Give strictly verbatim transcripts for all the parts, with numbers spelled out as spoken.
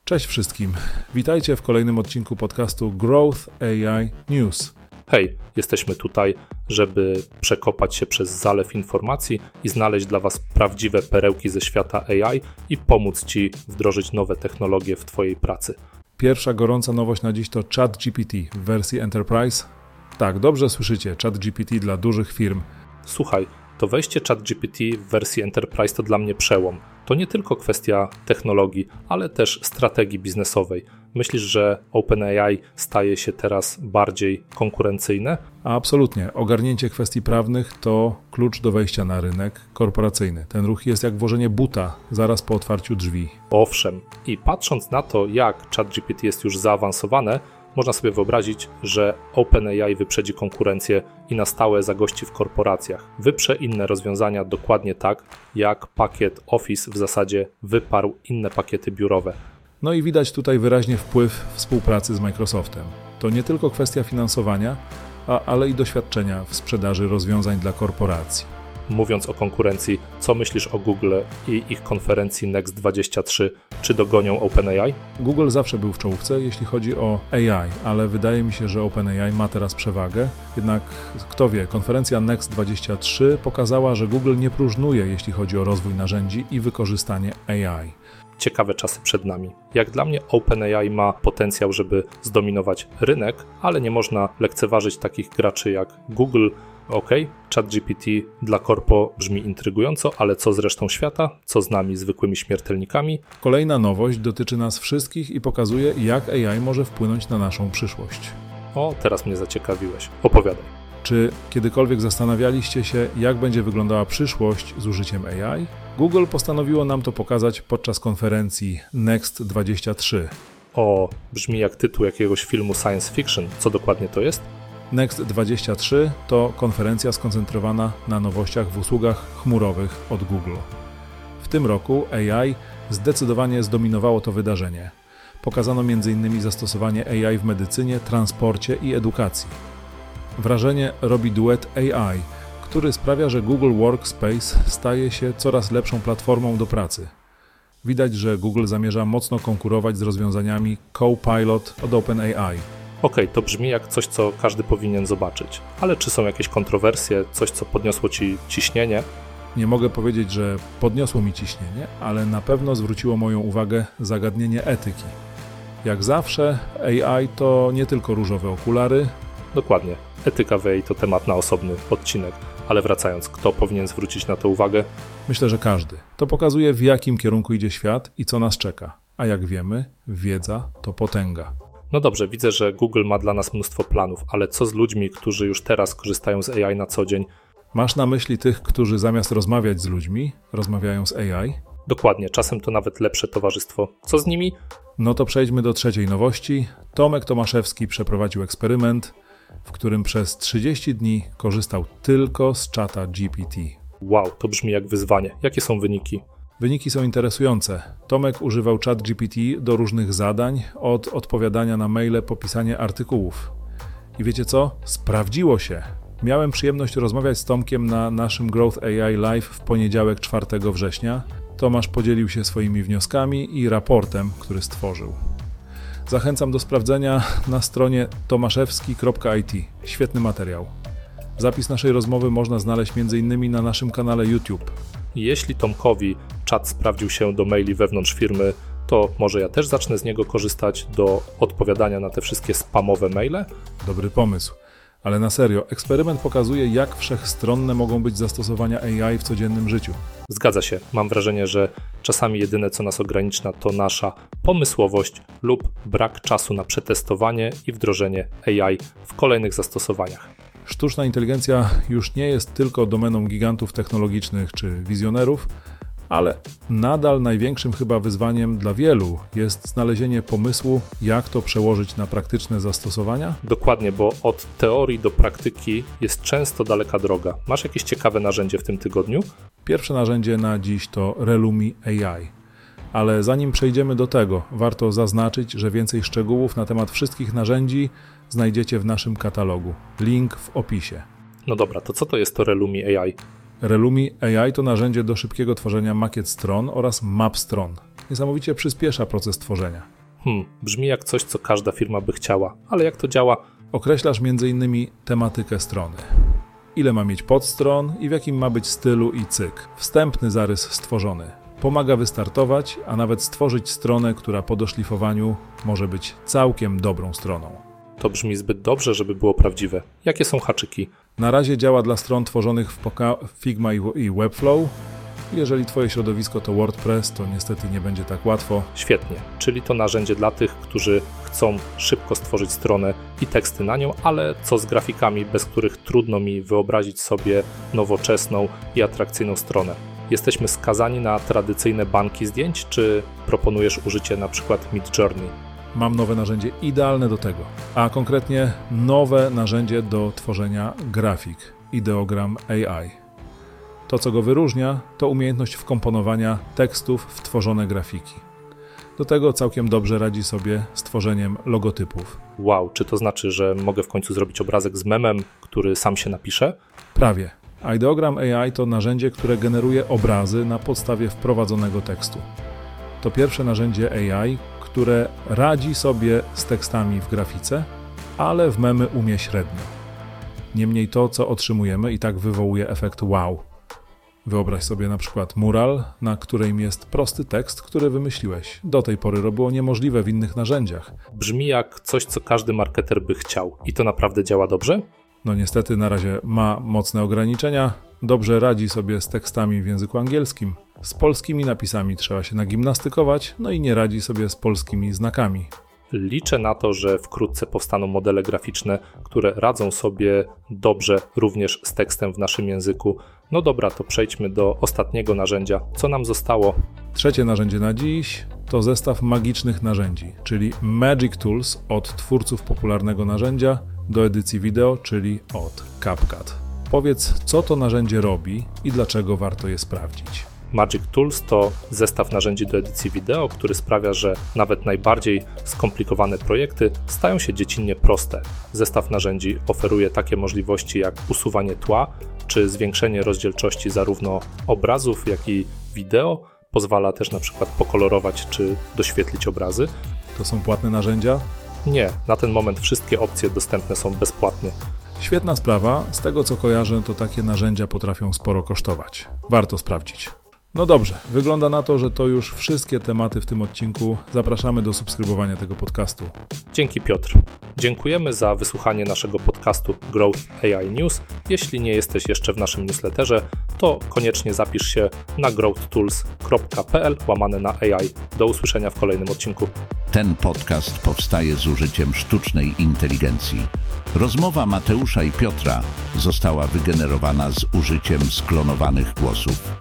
Cześć wszystkim. Witajcie w kolejnym odcinku podcastu Growth A I News. Hej, jesteśmy tutaj, żeby przekopać się przez zalew informacji i znaleźć dla Was prawdziwe perełki ze świata A I i pomóc Ci wdrożyć nowe technologie w Twojej pracy. Pierwsza gorąca nowość na dziś to ChatGPT w wersji Enterprise. Tak, dobrze słyszycie, ChatGPT dla dużych firm. Słuchaj, to wejście ChatGPT w wersji Enterprise to dla mnie przełom. To nie tylko kwestia technologii, ale też strategii biznesowej. Myślisz, że OpenAI staje się teraz bardziej konkurencyjne? Absolutnie. Ogarnięcie kwestii prawnych to klucz do wejścia na rynek korporacyjny. Ten ruch jest jak włożenie buta zaraz po otwarciu drzwi. Owszem. I patrząc na to, jak ChatGPT jest już zaawansowane, można sobie wyobrazić, że OpenAI wyprzedzi konkurencję i na stałe zagości w korporacjach. Wyprze inne rozwiązania dokładnie tak, jak pakiet Office w zasadzie wyparł inne pakiety biurowe. No i widać tutaj wyraźnie wpływ współpracy z Microsoftem. To nie tylko kwestia finansowania, a, ale i doświadczenia w sprzedaży rozwiązań dla korporacji. Mówiąc o konkurencji, co myślisz o Google i ich konferencji Next dwadzieścia trzy? Czy dogonią OpenAI? Google zawsze był w czołówce, jeśli chodzi o A I, ale wydaje mi się, że OpenAI ma teraz przewagę. Jednak kto wie, konferencja Next dwadzieścia trzy pokazała, że Google nie próżnuje, jeśli chodzi o rozwój narzędzi i wykorzystanie A I. Ciekawe czasy przed nami. Jak dla mnie OpenAI ma potencjał, żeby zdominować rynek, ale nie można lekceważyć takich graczy jak Google. Ok, ChatGPT dla korpo brzmi intrygująco, ale co z resztą świata? Co z nami, zwykłymi śmiertelnikami? Kolejna nowość dotyczy nas wszystkich i pokazuje, jak A I może wpłynąć na naszą przyszłość. O, teraz mnie zaciekawiłeś. Opowiadaj. Czy kiedykolwiek zastanawialiście się, jak będzie wyglądała przyszłość z użyciem A I? Google postanowiło nam to pokazać podczas konferencji Next dwadzieścia trzy. O, brzmi jak tytuł jakiegoś filmu science fiction. Co dokładnie to jest? Next dwadzieścia trzy to konferencja skoncentrowana na nowościach w usługach chmurowych od Google. W tym roku A I zdecydowanie zdominowało to wydarzenie. Pokazano między innymi zastosowanie A I w medycynie, transporcie i edukacji. Wrażenie robi duet A I, który sprawia, że Google Workspace staje się coraz lepszą platformą do pracy. Widać, że Google zamierza mocno konkurować z rozwiązaniami Copilot od OpenAI. Okej, to brzmi jak coś, co każdy powinien zobaczyć. Ale czy są jakieś kontrowersje, coś, co podniosło Ci ciśnienie? Nie mogę powiedzieć, że podniosło mi ciśnienie, ale na pewno zwróciło moją uwagę zagadnienie etyki. Jak zawsze A I to nie tylko różowe okulary. Dokładnie. Etyka w A I to temat na osobny odcinek. Ale wracając, kto powinien zwrócić na to uwagę? Myślę, że każdy. To pokazuje, w jakim kierunku idzie świat i co nas czeka. A jak wiemy, wiedza to potęga. No dobrze, widzę, że Google ma dla nas mnóstwo planów, ale co z ludźmi, którzy już teraz korzystają z A I na co dzień? Masz na myśli tych, którzy zamiast rozmawiać z ludźmi, rozmawiają z A I? Dokładnie, czasem to nawet lepsze towarzystwo. Co z nimi? No to przejdźmy do trzeciej nowości. Tomek Tomaszewski przeprowadził eksperyment, w którym przez trzydzieści dni korzystał tylko z czata G P T. Wow, to brzmi jak wyzwanie. Jakie są wyniki? Wyniki są interesujące. Tomek używał ChatGPT do różnych zadań, od odpowiadania na maile po pisanie artykułów. I wiecie co? Sprawdziło się. Miałem przyjemność rozmawiać z Tomkiem na naszym Growth A I Live w poniedziałek czwartego września. Tomasz podzielił się swoimi wnioskami i raportem, który stworzył. Zachęcam do sprawdzenia na stronie tomaszewski kropka i t. Świetny materiał. Zapis naszej rozmowy można znaleźć między innymi na naszym kanale YouTube. Jeśli Tomkowi czat sprawdził się do maili wewnątrz firmy, to może ja też zacznę z niego korzystać do odpowiadania na te wszystkie spamowe maile? Dobry pomysł. Ale na serio, eksperyment pokazuje, jak wszechstronne mogą być zastosowania A I w codziennym życiu. Zgadza się. Mam wrażenie, że czasami jedyne, co nas ogranicza, to nasza pomysłowość lub brak czasu na przetestowanie i wdrożenie A I w kolejnych zastosowaniach. Sztuczna inteligencja już nie jest tylko domeną gigantów technologicznych czy wizjonerów, ale nadal największym chyba wyzwaniem dla wielu jest znalezienie pomysłu, jak to przełożyć na praktyczne zastosowania. Dokładnie, bo od teorii do praktyki jest często daleka droga. Masz jakieś ciekawe narzędzie w tym tygodniu? Pierwsze narzędzie na dziś to Relumi A I. Ale zanim przejdziemy do tego, warto zaznaczyć, że więcej szczegółów na temat wszystkich narzędzi znajdziecie w naszym katalogu. Link w opisie. No dobra, to co to jest to Relumi A I? Relumi A I to narzędzie do szybkiego tworzenia makiet stron oraz map stron. Niesamowicie przyspiesza proces tworzenia. Hmm, brzmi jak coś, co każda firma by chciała, ale jak to działa? Określasz między innymi tematykę strony. Ile ma mieć podstron i w jakim ma być stylu i cyk. Wstępny zarys stworzony. Pomaga wystartować, a nawet stworzyć stronę, która po doszlifowaniu może być całkiem dobrą stroną. To brzmi zbyt dobrze, żeby było prawdziwe. Jakie są haczyki? Na razie działa dla stron tworzonych w Figma i Webflow. Jeżeli Twoje środowisko to WordPress, to niestety nie będzie tak łatwo. Świetnie, czyli to narzędzie dla tych, którzy chcą szybko stworzyć stronę i teksty na nią, ale co z grafikami, bez których trudno mi wyobrazić sobie nowoczesną i atrakcyjną stronę. Jesteśmy skazani na tradycyjne banki zdjęć, czy proponujesz użycie na przykład Midjourney? Mam nowe narzędzie idealne do tego, a konkretnie nowe narzędzie do tworzenia grafik, Ideogram A I. To, co go wyróżnia, to umiejętność wkomponowania tekstów w tworzone grafiki. Do tego całkiem dobrze radzi sobie z tworzeniem logotypów. Wow, czy to znaczy, że mogę w końcu zrobić obrazek z memem, który sam się napisze? Prawie. Ideogram A I to narzędzie, które generuje obrazy na podstawie wprowadzonego tekstu. To pierwsze narzędzie A I, które radzi sobie z tekstami w grafice, ale w memy umie średnio. Niemniej to, co otrzymujemy, i tak wywołuje efekt wow. Wyobraź sobie na przykład mural, na którym jest prosty tekst, który wymyśliłeś. Do tej pory robiło niemożliwe w innych narzędziach. Brzmi jak coś, co każdy marketer by chciał. I to naprawdę działa dobrze? No niestety na razie ma mocne ograniczenia. Dobrze radzi sobie z tekstami w języku angielskim. Z polskimi napisami trzeba się nagimnastykować, no i nie radzi sobie z polskimi znakami. Liczę na to, że wkrótce powstaną modele graficzne, które radzą sobie dobrze również z tekstem w naszym języku. No dobra, to przejdźmy do ostatniego narzędzia. Co nam zostało? Trzecie narzędzie na dziś to zestaw magicznych narzędzi, czyli Magic Tools od twórców popularnego narzędzia do edycji wideo, czyli od CapCut. Powiedz, co to narzędzie robi i dlaczego warto je sprawdzić. Magic Tools to zestaw narzędzi do edycji wideo, który sprawia, że nawet najbardziej skomplikowane projekty stają się dziecinnie proste. Zestaw narzędzi oferuje takie możliwości jak usuwanie tła czy zwiększenie rozdzielczości zarówno obrazów, jak i wideo. Pozwala też na przykład pokolorować czy doświetlić obrazy. To są płatne narzędzia? Nie, na ten moment wszystkie opcje dostępne są bezpłatnie. Świetna sprawa. Z tego co kojarzę, to takie narzędzia potrafią sporo kosztować. Warto sprawdzić. No dobrze, wygląda na to, że to już wszystkie tematy w tym odcinku. Zapraszamy do subskrybowania tego podcastu. Dzięki Piotr. Dziękujemy za wysłuchanie naszego podcastu Growth A I News. Jeśli nie jesteś jeszcze w naszym newsletterze, to koniecznie zapisz się na growthtools kropka p l łamane na A I. Do usłyszenia w kolejnym odcinku. Ten podcast powstaje z użyciem sztucznej inteligencji. Rozmowa Mateusza i Piotra została wygenerowana z użyciem sklonowanych głosów.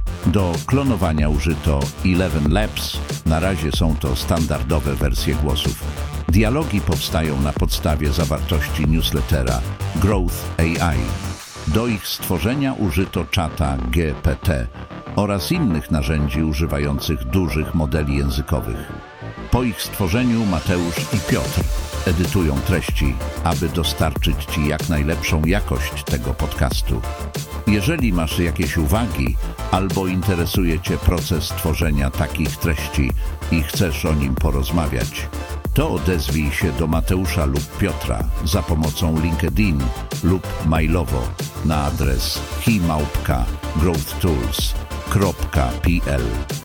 Do klonowania użyto Eleven Labs, na razie są to standardowe wersje głosów. Dialogi powstają na podstawie zawartości newslettera Growth A I. Do ich stworzenia użyto czata G P T oraz innych narzędzi używających dużych modeli językowych. Po ich stworzeniu Mateusz i Piotr edytują treści, aby dostarczyć Ci jak najlepszą jakość tego podcastu. Jeżeli masz jakieś uwagi albo interesuje Cię proces tworzenia takich treści i chcesz o nim porozmawiać, to odezwij się do Mateusza lub Piotra za pomocą LinkedIn lub mailowo na adres hi małpka growthtools kropka p l.